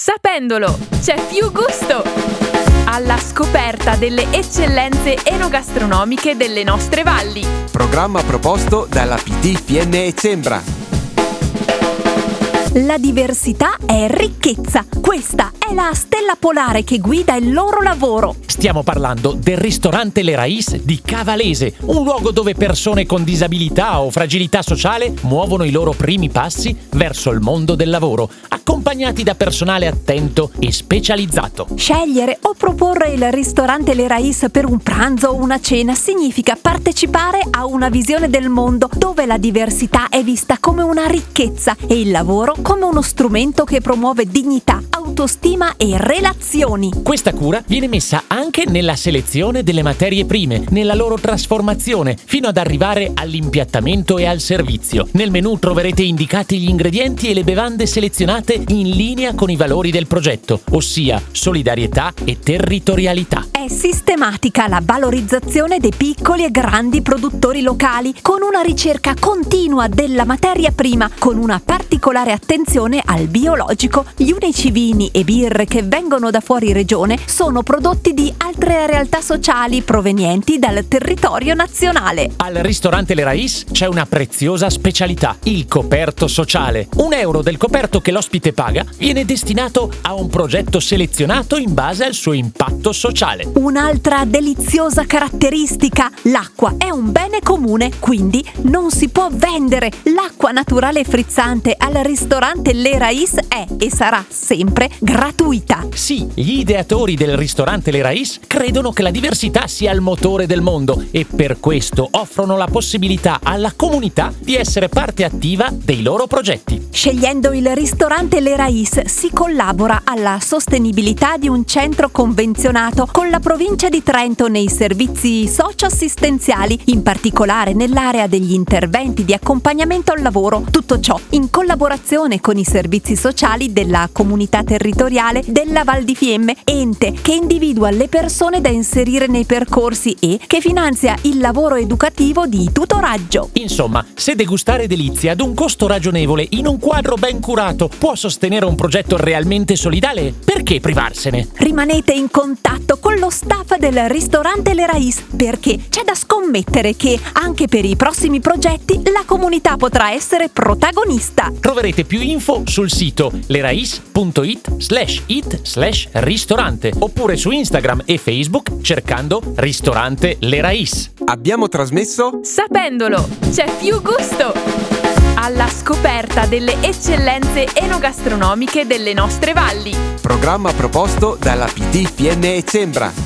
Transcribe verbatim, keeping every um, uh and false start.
Sapendolo, c'è più gusto! Alla scoperta delle eccellenze enogastronomiche delle nostre valli. Programma proposto dalla P T F N e Cembra. La diversità è ricchezza. Questa è la stella polare che guida il loro lavoro. Stiamo parlando del ristorante Le Rais di Cavalese, un luogo dove persone con disabilità o fragilità sociale muovono i loro primi passi verso il mondo del lavoro, accompagnati da personale attento e specializzato. Scegliere o proporre il ristorante Le Rais per un pranzo o una cena significa partecipare a una visione del mondo dove la diversità è vista come una ricchezza e il lavoro come uno strumento che promuove dignità, autostima e relazioni. Questa cura viene messa anche nella selezione delle materie prime, nella loro trasformazione, fino ad arrivare all'impiattamento e al servizio. Nel menù troverete indicati gli ingredienti e le bevande selezionate in linea con i valori del progetto, ossia solidarietà e territorialità. È sistematica la valorizzazione dei piccoli e grandi produttori locali, con una ricerca continua della materia prima, con una particolare attenzione al biologico. Gli unici vini e birre che vengono da fuori regione sono prodotti di altre realtà sociali provenienti dal territorio nazionale. Al ristorante Le Rais c'è una preziosa specialità, il coperto sociale. Un euro del coperto che l'ospite paga viene destinato a un progetto selezionato in base al suo impatto sociale. Un'altra deliziosa caratteristica: l'acqua è un bene comune, quindi non si può vendere. L'acqua naturale e frizzante al ristorante Le Rais è e sarà sempre gratuita. Sì, gli ideatori del ristorante Le Rais credono che la diversità sia il motore del mondo e per questo offrono la possibilità alla comunità di essere parte attiva dei loro progetti. Scegliendo il ristorante Le Rais si collabora alla sostenibilità di un centro convenzionato con la provincia di Trento nei servizi socio-assistenziali, in particolare nell'area degli interventi di accompagnamento al lavoro. Tutto ciò in collaborazione con i servizi sociali della comunità territoriale della Val di Fiemme, ente che individua le persone da inserire nei percorsi e che finanzia il lavoro educativo di tutoraggio. Insomma, se degustare delizie ad un costo ragionevole in un quadro ben curato può sostenere un progetto realmente solidale, perché privarsene? Rimanete in contatto con lo staff del ristorante Le Rais, perché c'è da scommettere che anche per i prossimi progetti la comunità potrà essere protagonista. Troverete più info sul sito lerais.it slash it slash ristorante oppure su Instagram e Facebook cercando ristorante Le Rais. Abbiamo trasmesso Sapendolo, c'è più gusto! Alla scoperta delle eccellenze enogastronomiche delle nostre valli. programma proposto dalla P T F N e Cembra.